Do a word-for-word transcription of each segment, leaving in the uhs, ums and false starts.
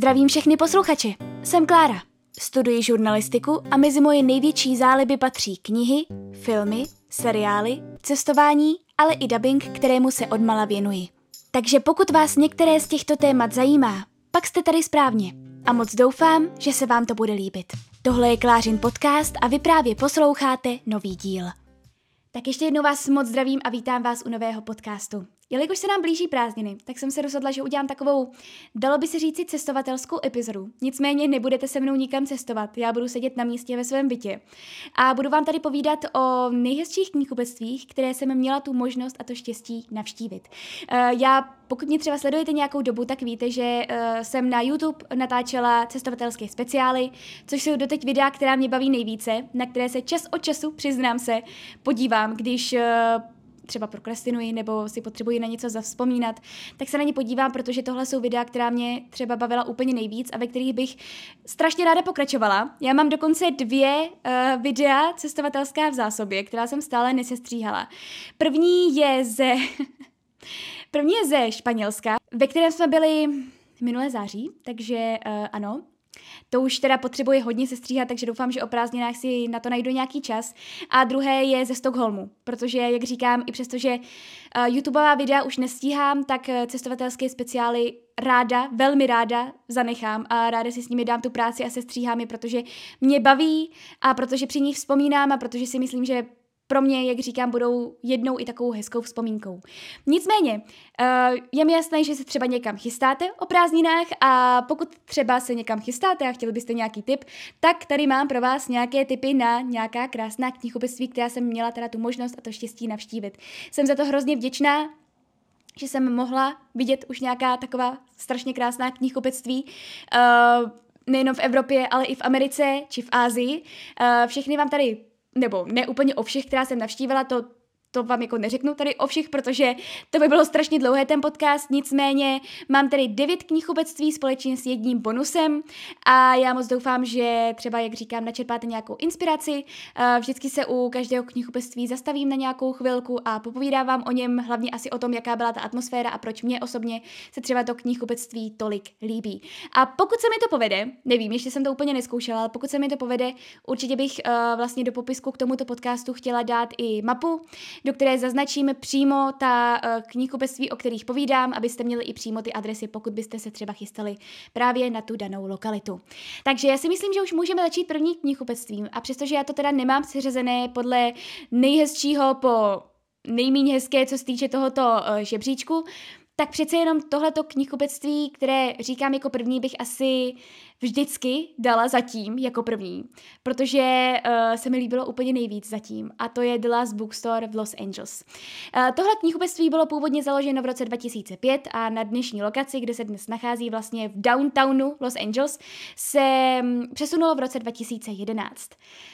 Zdravím všechny posluchače, jsem Klára. Studuji žurnalistiku a mezi moje největší záliby patří knihy, filmy, seriály, cestování, ale i dabing, kterému se odmala věnuji. Takže pokud vás některé z těchto témat zajímá, pak jste tady správně a moc doufám, že se vám to bude líbit. Tohle je Klářin podcast a vy právě posloucháte nový díl. Tak ještě jednou vás moc zdravím a vítám vás u nového podcastu. Jelikož se nám blíží prázdniny, tak jsem se rozhodla, že udělám takovou, dalo by se říci, cestovatelskou epizodu. Nicméně nebudete se mnou nikam cestovat, já budu sedět na místě ve svém bytě. A budu vám tady povídat o nejhezčích knihkupectvích, které jsem měla tu možnost a to štěstí navštívit. Já, pokud mě třeba sledujete nějakou dobu, tak víte, že jsem na YouTube natáčela cestovatelské speciály, což jsou doteď videa, která mě baví nejvíce, na které se čas od času, přiznám se, podívám, když třeba prokrastinuji nebo si potřebuji na něco zavzpomínat, tak se na ně podívám, protože tohle jsou videa, která mě třeba bavila úplně nejvíc a ve kterých bych strašně ráda pokračovala. Já mám dokonce dvě uh, videa cestovatelská v zásobě, která jsem stále nesestříhala. První je ze... První je ze Španělska, ve kterém jsme byli minulé září, takže uh, ano. To už teda potřebuje hodně sestříhat, takže doufám, že o prázdninách si na to najdu nějaký čas. A druhé je ze Stockholmu, protože, jak říkám, i přestože uh, YouTubeová videa už nestíhám, tak cestovatelské speciály ráda, velmi ráda zanechám a ráda si s nimi dám tu práci a sestříhám je, protože mě baví a protože při nich vzpomínám a protože si myslím, že pro mě, jak říkám, budou jednou i takovou hezkou vzpomínkou. Nicméně, uh, je mi jasné, že se třeba někam chystáte o prázdninách a pokud třeba se někam chystáte a chtěli byste nějaký tip, tak tady mám pro vás nějaké tipy na nějaká krásná knihkupectví, která jsem měla teda tu možnost a to štěstí navštívit. Jsem za to hrozně vděčná, že jsem mohla vidět už nějaká taková strašně krásná knihkupectví, uh, nejenom v Evropě, ale i v Americe či v Asii. Uh, všechny vám tady nebo ne úplně o všech, která jsem navštívila, to, to vám jako neřeknu tady o všech, protože to by bylo strašně dlouhé ten podcast, nicméně mám tady devět knihkupectví společně s jedním bonusem a já moc doufám, že třeba, jak říkám, načerpáte nějakou inspiraci, vždycky se u každého knihkupectví zastavím na nějakou chvilku a popovídám vám o něm, hlavně asi o tom, jaká byla ta atmosféra a proč mě osobně se třeba to knihkupectví tolik líbí. A pokud se mi to povede, nevím, ještě jsem to úplně neskoušela, ale pokud se mi to povede, určitě bych uh, vlastně do popisku k tomuto podcastu chtěla dát i mapu, do které zaznačíme přímo ta uh, knihkupectví, o kterých povídám, abyste měli i přímo ty adresy, pokud byste se třeba chystali právě na tu danou lokalitu. Takže já si myslím, že už můžeme začít první knihkupectvím a přestože já to teda nemám seřazené podle nejhezčího po nejméně hezké, co se týče tohoto uh, žebříčku, tak přece jenom tohleto knihkupectví, které říkám jako první, bych asi vždycky dala zatím jako první, protože uh, se mi líbilo úplně nejvíc zatím a to je The Last Bookstore v Los Angeles. Uh, tohle knihkupectví bylo původně založeno v roce dva tisíce pět a na dnešní lokaci, kde se dnes nachází vlastně v downtownu Los Angeles, se um, přesunulo v roce dva tisíce jedenáct.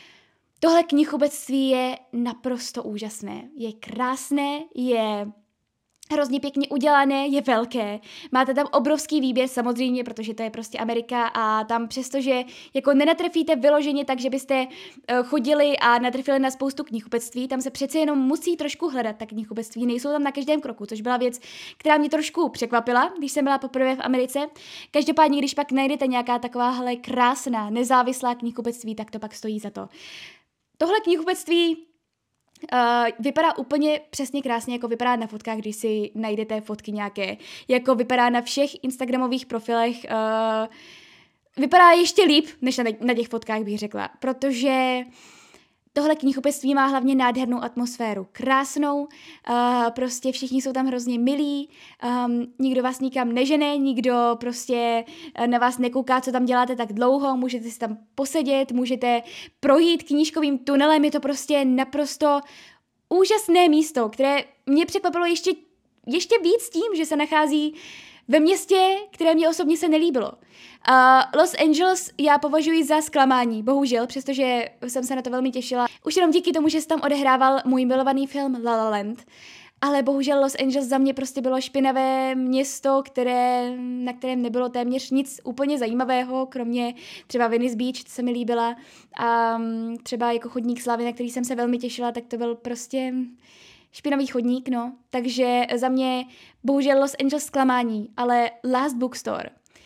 Tohle knihkupectví je naprosto úžasné, je krásné, je hrozně pěkně udělané, je velké. Máte tam obrovský výběr samozřejmě, protože to je prostě Amerika a tam přestože jako nenatrefíte vyloženě tak, že byste chodili a natrefili na spoustu knihkupectví, tam se přece jenom musí trošku hledat ta knihkupectví, nejsou tam na každém kroku, což byla věc, která mě trošku překvapila, když jsem byla poprvé v Americe. Každopádně, když pak najdete nějaká takováhle krásná, nezávislá knihkupectví, tak to pak stojí za to. Tohle knihkupectví Uh, vypadá úplně přesně krásně, jako vypadá na fotkách, když si najdete fotky nějaké, jako vypadá na všech instagramových profilech, uh, vypadá ještě líp, než na, na těch fotkách bych řekla, protože tohle knihkupectví má hlavně nádhernou atmosféru, krásnou, uh, prostě všichni jsou tam hrozně milí, um, nikdo vás nikam nežene, nikdo prostě na vás nekouká, co tam děláte tak dlouho, můžete si tam posedět, můžete projít knížkovým tunelem, je to prostě naprosto úžasné místo, které mě překvapilo ještě, ještě víc tím, že se nachází ve městě, které mě osobně se nelíbilo. Uh, Los Angeles já považuji za zklamání, bohužel, přestože jsem se na to velmi těšila. Už jenom díky tomu, že se tam odehrával můj milovaný film La La Land. Ale bohužel Los Angeles za mě prostě bylo špinavé město, které, na kterém nebylo téměř nic úplně zajímavého, kromě třeba Venice Beach, co se mi líbila. A třeba jako chodník slávy, na který jsem se velmi těšila, tak to byl prostě špinavý chodník, no. Takže za mě bohužel Los Angeles zklamání, ale Last Bookstore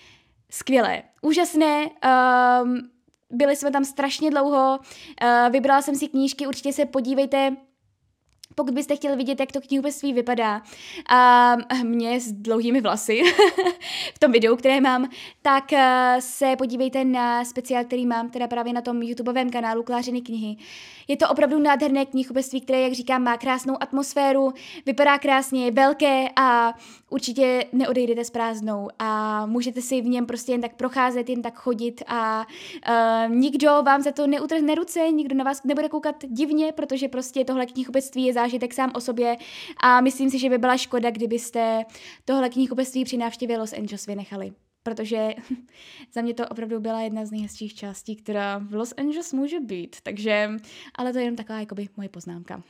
skvělé, úžasné, um, byli jsme tam strašně dlouho, uh, vybrala jsem si knížky, určitě se podívejte, pokud byste chtěli vidět, jak to knihkupectví vypadá a mě s dlouhými vlasy v tom videu, které mám, tak uh, se podívejte na speciál, který mám teda právě na tom YouTubeovém kanálu Klářiny knihy. Je to opravdu nádherné knihkupectví, které, jak říkám, má krásnou atmosféru, vypadá krásně, je velké a určitě neodejdete s prázdnou a můžete si v něm prostě jen tak procházet, jen tak chodit a uh, nikdo vám za to neutrhne ruce, nikdo na vás nebude koukat divně, protože prostě tohle knihkupectví je zážitek sám o sobě a myslím si, že by byla škoda, kdybyste tohle knihkupectví při návštěvě Los Angeles vynechali. Protože za mě to opravdu byla jedna z nejhezčích částí, která v Los Angeles může být. Takže, ale to je jenom taková jakoby moje poznámka.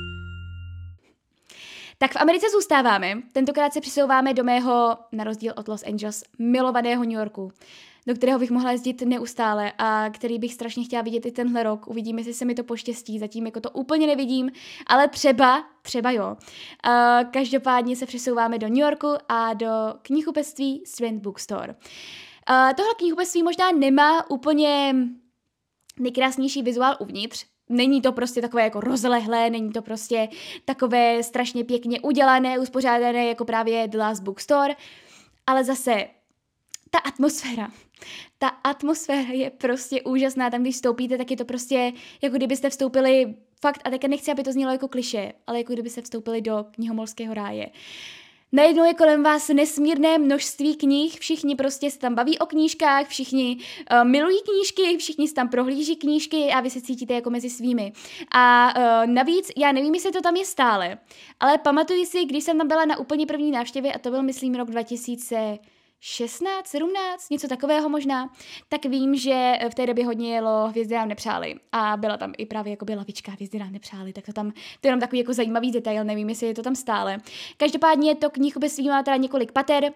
Tak v Americe zůstáváme. Tentokrát se přesouváme do mého, na rozdíl od Los Angeles, milovaného New Yorku, do kterého bych mohla jezdit neustále a který bych strašně chtěla vidět i tenhle rok. Uvidíme, jestli se mi to poštěstí, zatím jako to úplně nevidím, ale třeba, třeba jo. Uh, každopádně se přesouváme do New Yorku a do knihkupectví Strand Bookstore. Uh, tohle knihkupectví možná nemá úplně nejkrásnější vizuál uvnitř, není to prostě takové jako rozlehlé, není to prostě takové strašně pěkně udělané, uspořádané jako právě The Last Bookstore, ale zase ta atmosféra, ta atmosféra je prostě úžasná, tam když vstoupíte, tak je to prostě jako kdybyste vstoupili, fakt, a teďka nechci, aby to znělo jako klišé, ale jako kdybyste vstoupili do knihomolského ráje. Najednou je kolem vás nesmírné množství knih, všichni prostě se tam baví o knížkách, všichni uh, milují knížky, všichni se tam prohlíží knížky a vy se cítíte jako mezi svými. A uh, navíc, já nevím, jestli to tam je stále, ale pamatuji si, když jsem tam byla na úplně první návštěvě, a to byl, myslím, rok dva tisíce šestnáct, sedmnáct, něco takového možná, tak vím, že v té době hodně jelo Hvězdy nám nepřáli a byla tam i právě jako byla lavička Hvězdy nám nepřáli, tak to tam, to je jenom takový jako zajímavý detail, nevím, jestli je to tam stále. Každopádně to knihkupectví má teda několik pater,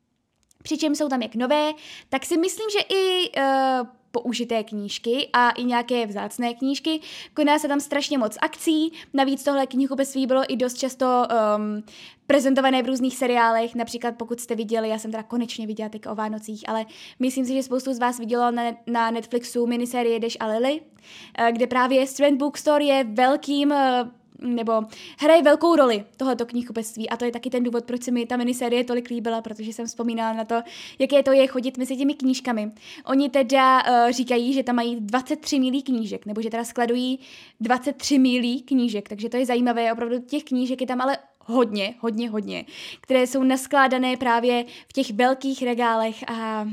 přičem jsou tam jak nové, tak si myslím, že i uh, použité knížky a i nějaké vzácné knížky. Koná se tam strašně moc akcí, navíc tohle knihkupectví bylo i dost často um, prezentované v různých seriálech, například pokud jste viděli, já jsem teda konečně viděla teď o Vánocích, ale myslím si, že spoustu z vás vidělo na, na Netflixu minisérie Dash a Lily, kde právě Strand Bookstore je velkým nebo hraje velkou roli tohoto knihkupectví a to je taky ten důvod, proč se mi ta minisérie tolik líbila, protože jsem vzpomínala na to, jaké to je chodit mezi těmi knížkami. Oni teda uh, říkají, že tam mají dvacet tři milí knížek, nebo že teda skladují dvacet tři milí knížek, takže to je zajímavé, opravdu těch knížek je tam ale hodně, hodně, hodně, které jsou naskládané právě v těch velkých regálech a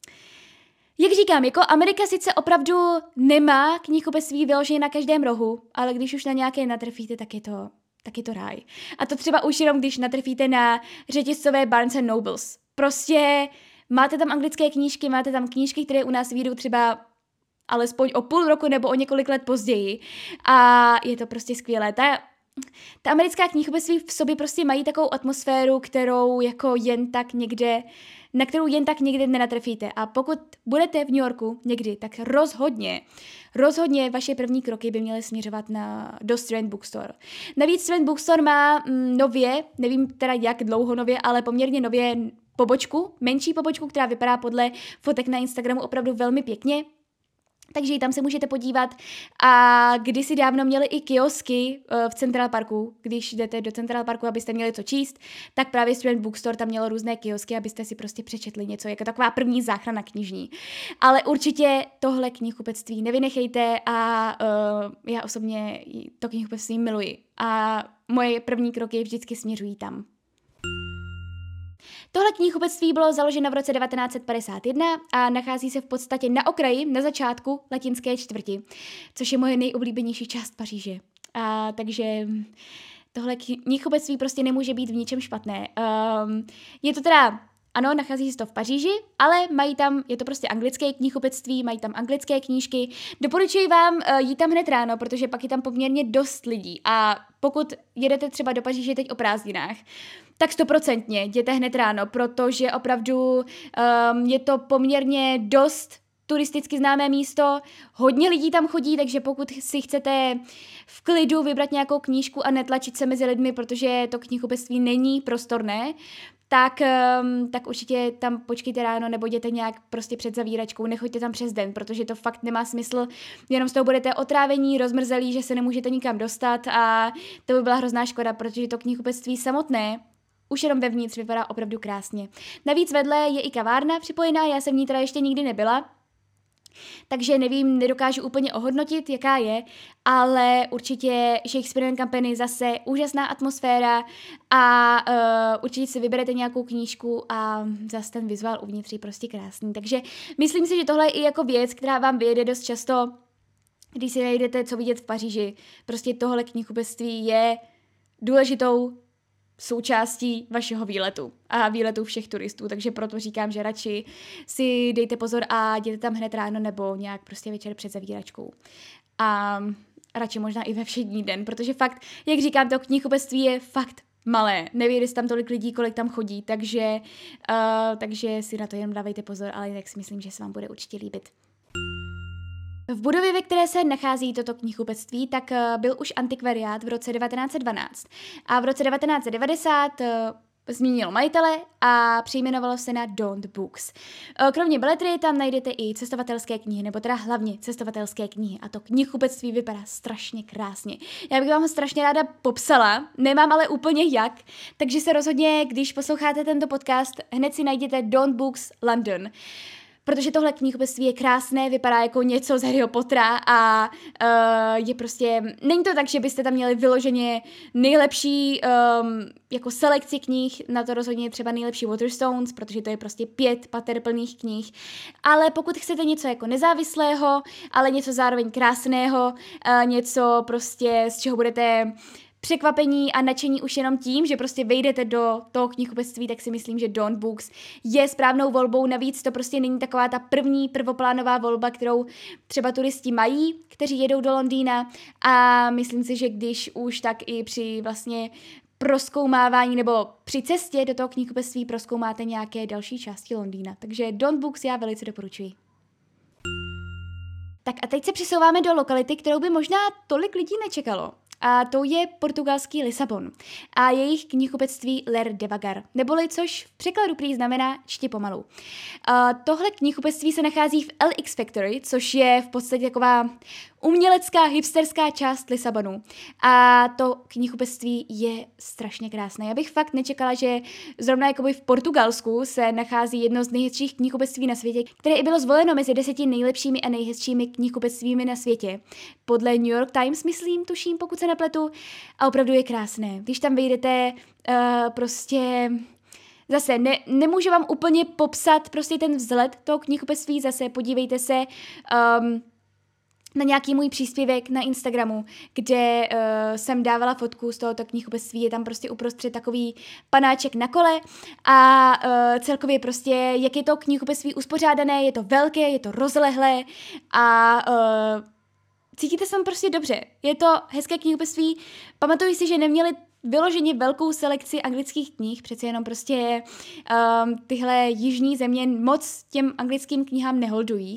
jak říkám, jako Amerika sice opravdu nemá knihkupectví vyloženě na každém rohu, ale když už na nějaké natrefíte, tak je to, tak je to ráj. A to třeba už jenom, když natrefíte na řetězcové Barnes and Nobles. Prostě máte tam anglické knížky, máte tam knížky, které u nás vyjdou třeba alespoň o půl roku nebo o několik let později. A je to prostě skvělé. Ta, ta americká knihkupectví v sobě prostě mají takovou atmosféru, kterou jako jen tak někde na kterou jen tak někdy nenatrefíte. A pokud budete v New Yorku někdy, tak rozhodně, rozhodně vaše první kroky by měly směřovat na, do Strand Bookstore. Navíc Strand Bookstore má mm, nově, nevím teda jak dlouho nově, ale poměrně nově pobočku, menší pobočku, která vypadá podle fotek na Instagramu opravdu velmi pěkně. Takže i tam se můžete podívat. A kdysi dávno měli i kiosky uh, v Central Parku, když jdete do Central Parku, abyste měli co číst, tak právě Strand Bookstore tam mělo různé kiosky, abyste si prostě přečetli něco, jako taková první záchrana knižní. Ale určitě tohle knihkupectví nevynechejte a uh, já osobně to knihkupectví miluji. A moje první kroky vždycky směřují tam. Tohle knihkupectví bylo založeno v roce devatenáct set padesát jedna a nachází se v podstatě na okraji, na začátku latinské čtvrti, což je moje nejoblíbenější část Paříže. A, takže tohle knihkupectví prostě nemůže být v ničem špatné. Um, je to teda, ano, nachází se to v Paříži, ale mají tam, je to prostě anglické knihkupectví, mají tam anglické knížky. Doporučuji vám uh, jít tam hned ráno, protože pak je tam poměrně dost lidí a pokud jedete třeba do Paříže teď o prázdninách, tak stoprocentně jděte hned ráno, protože opravdu um, je to poměrně dost turisticky známé místo, hodně lidí tam chodí, takže pokud si chcete v klidu vybrat nějakou knížku a netlačit se mezi lidmi, protože to knihkupectví není prostorné, tak, tak určitě tam počkejte ráno nebo jděte nějak prostě před zavíračkou, nechoďte tam přes den, protože to fakt nemá smysl, jenom z toho budete otrávení, rozmrzelí, že se nemůžete nikam dostat a to by byla hrozná škoda, protože to knihkupectví samotné už jenom vevnitř vypadá opravdu krásně. Navíc vedle je i kavárna připojená, já jsem v ní teda ještě nikdy nebyla, takže nevím, nedokážu úplně ohodnotit, jaká je, ale určitě Shakespeare and Company zase úžasná atmosféra a uh, určitě si vyberete nějakou knížku a zase ten vizuál uvnitř je prostě krásný. Takže myslím si, že tohle je i jako věc, která vám vyjede dost často, když si najdete co vidět v Paříži. Prostě tohle knihkupectví je důležitou součástí vašeho výletu a výletu všech turistů, takže proto říkám, že radši si dejte pozor a jděte tam hned ráno nebo nějak prostě večer před zavíračkou. A radši možná i ve všední den, protože fakt, jak říkám, to knihkupectví je fakt malé. Nevěděli jste tam tolik lidí, kolik tam chodí, takže, uh, takže si na to jenom dávejte pozor, ale jinak si myslím, že se vám bude určitě líbit. V budově, ve které se nachází toto knihkupectví, tak byl už antikvariát v roce devatenáct set dvanáct a v roce devatenáct set devadesát změnilo majitele a přejmenovalo se na Daunt Books. Kromě beletrie tam najdete i cestovatelské knihy, nebo teda hlavně cestovatelské knihy a to knihkupectví vypadá strašně krásně. Já bych vám ho strašně ráda popsala, nemám ale úplně jak, takže se rozhodně, když posloucháte tento podcast, hned si najděte Daunt Books London. Protože tohle knihkupectví je krásné, vypadá jako něco z Harryho Pottera a uh, je prostě, není to tak, že byste tam měli vyloženě nejlepší um, jako selekci knih, na to rozhodně třeba nejlepší Waterstones, protože to je prostě pět pater plných knih, ale pokud chcete něco jako nezávislého, ale něco zároveň krásného, uh, něco prostě, z čeho budete překvapení a nadšení už jenom tím, že prostě vejdete do toho knihkupectví, tak si myslím, že Daunt Books je správnou volbou. Navíc to prostě není taková ta první prvoplánová volba, kterou třeba turisti mají, kteří jedou do Londýna a myslím si, že když už tak i při vlastně prozkoumávání nebo při cestě do toho knihkupectví prozkoumáte nějaké další části Londýna. Takže Daunt Books já velice doporučuji. Tak a teď se přesouváme do lokality, kterou by možná tolik lidí nečekalo. A to je portugalský Lisabon a jejich knihkupectví Ler Devagar, neboli což v překladu prý znamená čti pomalu. A tohle knihkupectví se nachází v L X Factory, což je v podstatě taková umělecká, hipsterská část Lisabonu. A to knihkupectví je strašně krásné. Já bych fakt nečekala, že zrovna jakoby v Portugalsku se nachází jedno z nejhezčích knihkupectví na světě, které i bylo zvoleno mezi deseti nejlepšími a nejhezčími knihkupectvími na světě. Podle New York Times, myslím, tuším, pokud se nepletu. A opravdu je krásné. Když tam vejdete, uh, prostě... Zase, ne, nemůžu vám úplně popsat prostě ten vzhled toho knihkupectví, zase podívejte se um, na nějaký můj příspěvek na Instagramu, kde uh, jsem dávala fotku z tohoto knihkupectví, je tam prostě uprostřed takový panáček na kole a uh, celkově prostě, jak je to knihkupectví uspořádané, je to velké, je to rozlehlé a uh, cítíte se tam prostě dobře. Je to hezké knihkupectví, pamatuju si, že neměli vyloženě velkou selekci anglických knih, přece jenom prostě um, tyhle jižní země moc těm anglickým knihám neholdují.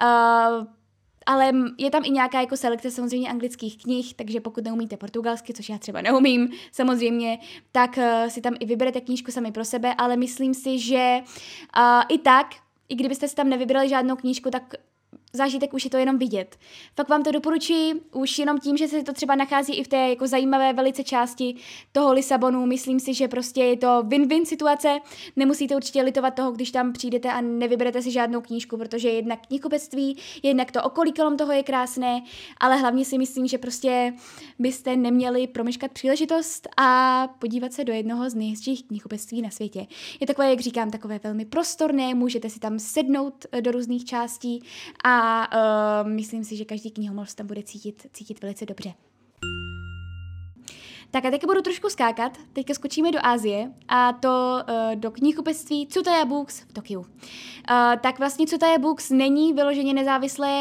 Uh, ale je tam i nějaká jako selekce samozřejmě anglických knih, takže pokud neumíte portugalsky, což já třeba neumím samozřejmě, tak uh, si tam i vyberete knížku sami pro sebe, ale myslím si, že uh, i tak, i kdybyste si tam nevybrali žádnou knížku, tak zážitek už je to jenom vidět. Fakt vám to doporučuji, už jenom tím, že se to třeba nachází i v té jako zajímavé velice části toho Lisabonu. Myslím si, že prostě je to win-win situace. Nemusíte určitě litovat toho, když tam přijdete a nevyberete si žádnou knížku, protože jednak knihkupectví, jednak to okolí kolem toho je krásné, ale hlavně si myslím, že prostě byste neměli promeškat příležitost a podívat se do jednoho z nejhezčích knihkupectví na světě. Je takové, jak říkám, takové velmi prostorné, můžete si tam sednout do různých částí a uh, myslím si, že každý knihomolc tam bude cítit, cítit velice dobře. Tak a teď budu trošku skákat, teďka skočíme do Asie a to uh, do knihkupectví Tsutaya Books v Tokiu. Uh, tak vlastně Tsutaya Books není vyloženě nezávislé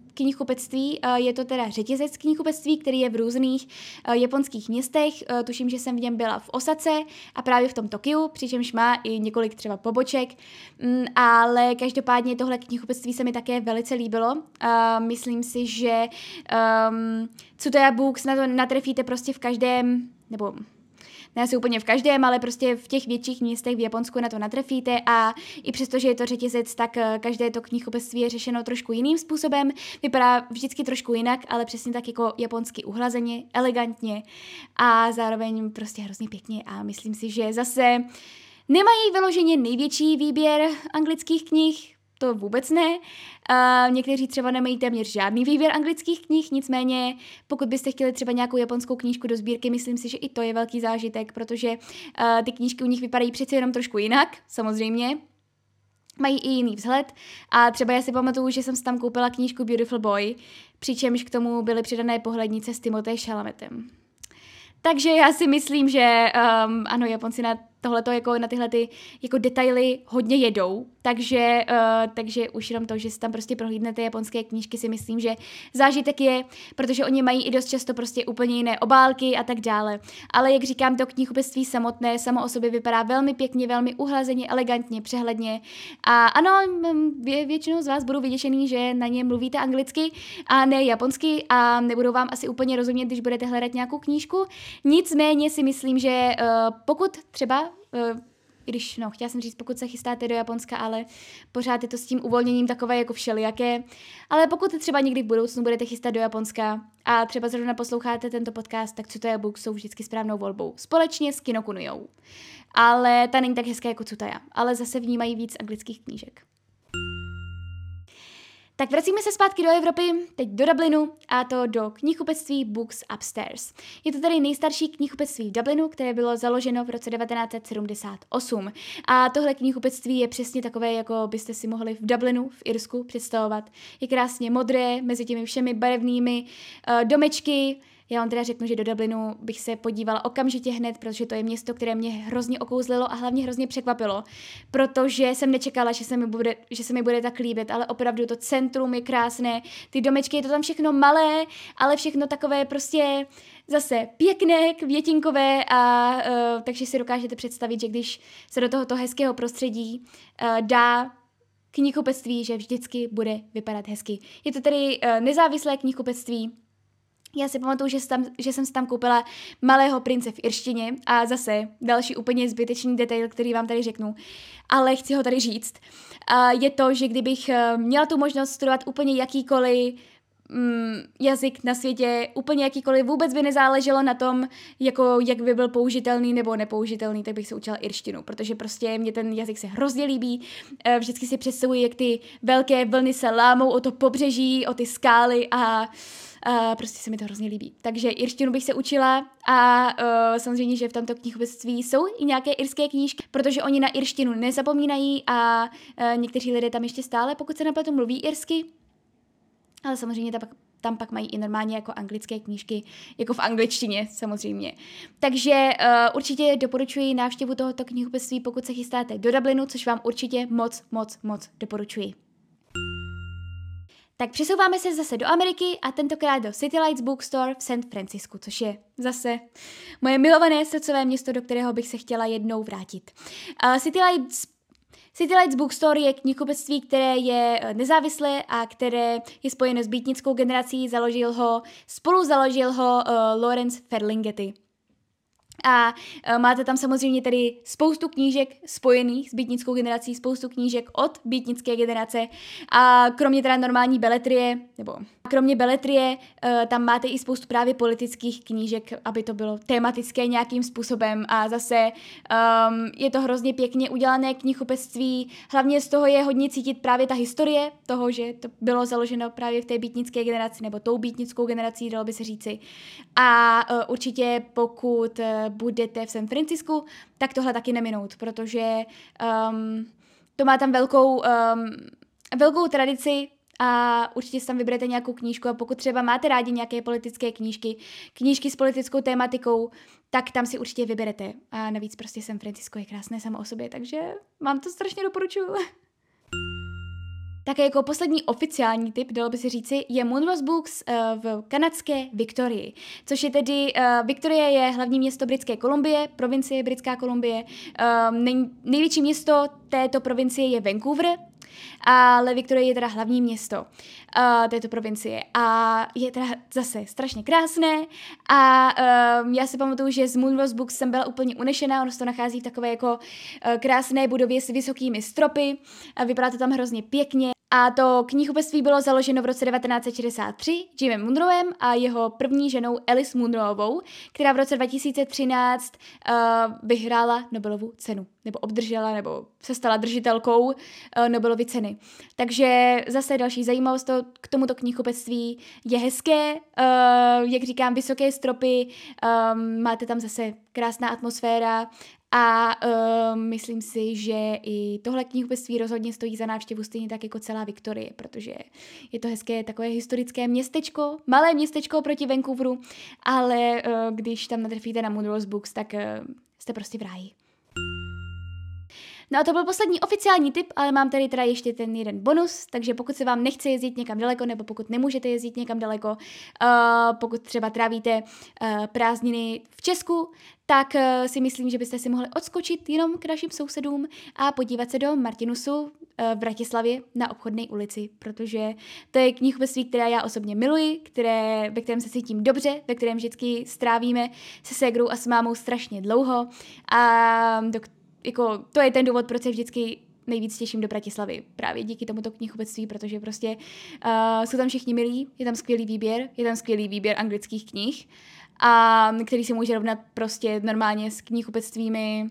knihkupectví, je to teda řetězec knihkupectví, který je v různých japonských městech, tuším, že jsem v něm byla v Osace a právě v tom Tokiu, přičemž má i několik třeba poboček, ale každopádně tohle knihkupectví se mi také velice líbilo. Myslím si, že um, Tsutaya Books na to natrefíte prostě v každém, nebo ne asi úplně v každém, ale prostě v těch větších městech v Japonsku na to natrefíte a i přesto, že je to řetězec, tak každé to knihkupectví je řešeno trošku jiným způsobem. Vypadá vždycky trošku jinak, ale přesně tak jako japonsky uhlazeně, elegantně a zároveň prostě hrozně pěkně a myslím si, že zase nemají vyloženě největší výběr anglických knih, to vůbec ne. Uh, někteří třeba nemají téměř žádný výběr anglických knih, nicméně pokud byste chtěli třeba nějakou japonskou knížku do sbírky, myslím si, že i to je velký zážitek, protože uh, ty knížky u nich vypadají přece jenom trošku jinak, samozřejmě. Mají i jiný vzhled a třeba já si pamatuju, že jsem si tam koupila knížku Beautiful Boy, přičemž k tomu byly přidané pohlednice s Timothée Chalametem. Takže já si myslím, že um, ano, Japonci na tohleto jako na tyhle ty jako detaily hodně jedou, takže, uh, takže už jenom to, že si tam prostě prohlídnete japonské knížky, si myslím, že zážitek je, protože oni mají i dost často prostě úplně jiné obálky a tak dále. Ale jak říkám, to knihkupectví samotné samo o sobě vypadá velmi pěkně, velmi uhlazeně, elegantně, přehledně. A ano, vě, většinou z vás budou vyděšený, že na ně mluvíte anglicky a ne japonsky a nebudou vám asi úplně rozumět, když budete hledat nějakou knížku. Nicméně si myslím, že uh, pokud třeba Uh, když, no, chtěla jsem říct, pokud se chystáte do Japonska, ale pořád je to s tím uvolněním takové jako všelijaké. Ale pokud třeba někdy v budoucnu budete chystat do Japonska a třeba zrovna posloucháte tento podcast, tak Tsutaya Books jsou vždycky správnou volbou. Společně s Kinokunujou. Ale ta není tak hezká jako Tsutaya, ale zase vnímají víc anglických knížek. Tak vracíme se zpátky do Evropy, teď do Dublinu, a to do knihkupectví Books Upstairs. Je to tady nejstarší knihkupectví v Dublinu, které bylo založeno v roce devatenáct set sedmdesát osm. A tohle knihkupectví je přesně takové, jako byste si mohli v Dublinu, v Irsku, představovat. Je krásně modré, mezi těmi všemi barevnými uh, domečky. Já vám teda řeknu, že do Dublinu bych se podívala okamžitě hned, protože to je město, které mě hrozně okouzlilo a hlavně hrozně překvapilo, protože jsem nečekala, že se mi bude, že se mi bude tak líbit, ale opravdu to centrum je krásné, ty domečky, je to tam všechno malé, ale všechno takové prostě zase pěkné, květinkové a uh, takže si dokážete představit, že když se do tohoto hezkého prostředí uh, dá knihkupectví, že vždycky bude vypadat hezky. Je to tedy uh, nezávislé knihkupectví. Já si pamatuju, že, tam, že jsem si tam koupila Malého prince v irštině a zase další úplně zbytečný detail, který vám tady řeknu, ale chci ho tady říct. A je to, že kdybych měla tu možnost studovat úplně jakýkoliv mm, jazyk na světě, úplně jakýkoliv, vůbec by nezáleželo na tom, jako, jak by byl použitelný nebo nepoužitelný, tak bych se učila irštinu, protože prostě mě ten jazyk se hrozně líbí. Vždycky si představuji, jak ty velké vlny se lámou o to pobřeží, o ty skály a Uh, prostě se mi to hrozně líbí. Takže irštinu bych se učila a uh, samozřejmě, že v tomto knihkupectví jsou i nějaké irské knížky, protože oni na irštinu nezapomínají a uh, někteří lidé tam ještě stále, pokud se napletu, mluví irsky, ale samozřejmě tam pak, tam pak mají i normálně jako anglické knížky, jako v angličtině samozřejmě. Takže uh, určitě doporučuji návštěvu tohoto knihkupectví, pokud se chystáte do Dublinu, což vám určitě moc, moc, moc doporučuji. Tak přesouváme se zase do Ameriky a tentokrát do City Lights Bookstore v San Francisku, což je zase moje milované srdcové město, do kterého bych se chtěla jednou vrátit. Uh, City Lights City Lights Bookstore je knihkupectví, které je nezávislé a které je spojeno s beatnickou generací, založil ho, spolu založil ho uh, Lawrence Ferlinghetti. A uh, máte tam samozřejmě tedy spoustu knížek spojených s beatnickou generací, spoustu knížek od beatnické generace a kromě teda normální beletrie, nebo kromě beletrie, uh, tam máte i spoustu právě politických knížek, aby to bylo tematické nějakým způsobem a zase um, je to hrozně pěkně udělané knihkupectví, hlavně z toho je hodně cítit právě ta historie toho, že to bylo založeno právě v té beatnické generaci, nebo tou beatnickou generací, dalo by se říci. A uh, určitě pokud uh, budete v San Francisku, tak tohle taky neminout, protože um, to má tam velkou, um, velkou tradici a určitě si tam vyberete nějakou knížku a pokud třeba máte rádi nějaké politické knížky, knížky s politickou tématikou, tak tam si určitě vyberete. A navíc prostě San Francisco je krásné samo o sobě, takže vám to strašně doporučuji. Také jako poslední oficiální tip, dalo by se říci, je Munro's Books uh, v kanadské Viktorii, což je tedy, uh, Viktorie je hlavní město Britské Kolumbie, provincie Britská Kolumbie, uh, nej, největší město této provincie je Vancouver, ale Viktorie je teda hlavní město uh, této provincie a je teda zase strašně krásné a uh, já si pamatuju, že z Munro's Books jsem byla úplně unešená, ono se to nachází v takové jako uh, krásné budově s vysokými stropy, a vypadá to tam hrozně pěkně. A to knihkupectví bylo založeno v roce devatenáct set šedesát tři Jimem Munroem a jeho první ženou Alice Munroovou, která v roce dva tisíce třináct uh, vyhrála Nobelovu cenu, nebo obdržela, nebo se stala držitelkou uh, Nobelovy ceny. Takže zase další zajímavost to, k tomuto knihkupectví je hezké, uh, jak říkám, vysoké stropy, um, máte tam zase krásná atmosféra, a uh, myslím si, že i tohle knihkupectví rozhodně stojí za návštěvu stejně tak jako celá Viktorie, protože je to hezké takové historické městečko, malé městečko proti Vancouveru, ale uh, když tam natrefíte na Munro's Books, tak uh, jste prostě v ráji. No a to byl poslední oficiální tip, ale mám tady teda ještě ten jeden bonus, takže pokud se vám nechce jezdit někam daleko, nebo pokud nemůžete jezdit někam daleko, uh, pokud třeba trávíte uh, prázdniny v Česku, tak uh, si myslím, že byste si mohli odskočit jenom k našim sousedům a podívat se do Martinusu uh, v Bratislavě na Obchodné ulici, protože to je knihkupectví, které já osobně miluji, které, ve kterém se cítím dobře, ve kterém vždycky strávíme se ségrou a s mámou strašně dlouho a do jako, to je ten důvod, proč se vždycky nejvíc těším do Bratislavy. Právě díky tomuto knihkupectví, protože prostě uh, jsou tam všichni milí, je tam skvělý výběr, je tam skvělý výběr anglických knih, a který se může rovnat prostě normálně s knihkupectvími,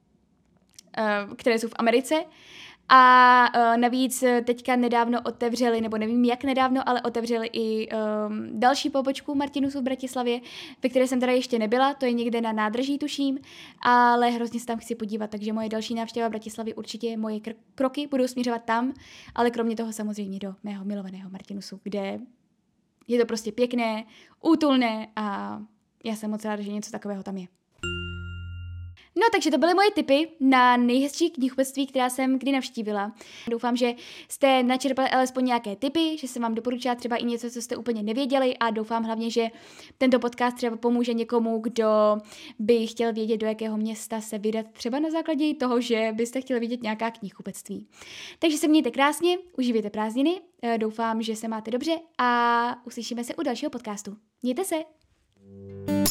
uh, které jsou v Americe. A uh, navíc teďka nedávno otevřeli, nebo nevím jak nedávno, ale otevřeli i um, další pobočku Martinusu v Bratislavě, ve které jsem teda ještě nebyla, to je někde na nádraží, tuším, ale hrozně se tam chci podívat, takže moje další návštěva Bratislavy určitě moje kr- kroky budou směřovat tam, ale kromě toho samozřejmě do mého milovaného Martinusu, kde je to prostě pěkné, útulné a já jsem moc ráda, že něco takového tam je. No, takže to byly moje tipy na nejhezčí knihkupectví, která jsem kdy navštívila. Doufám, že jste načerpali alespoň nějaké tipy, že jsem vám doporučila třeba i něco, co jste úplně nevěděli, a doufám hlavně, že tento podcast třeba pomůže někomu, kdo by chtěl vědět, do jakého města se vydat, třeba na základě toho, že byste chtěli vidět nějaká knihkupectví. Takže se mějte krásně, užívejte prázdniny, doufám, že se máte dobře a uslyšíme se u dalšího podcastu. Mějte se!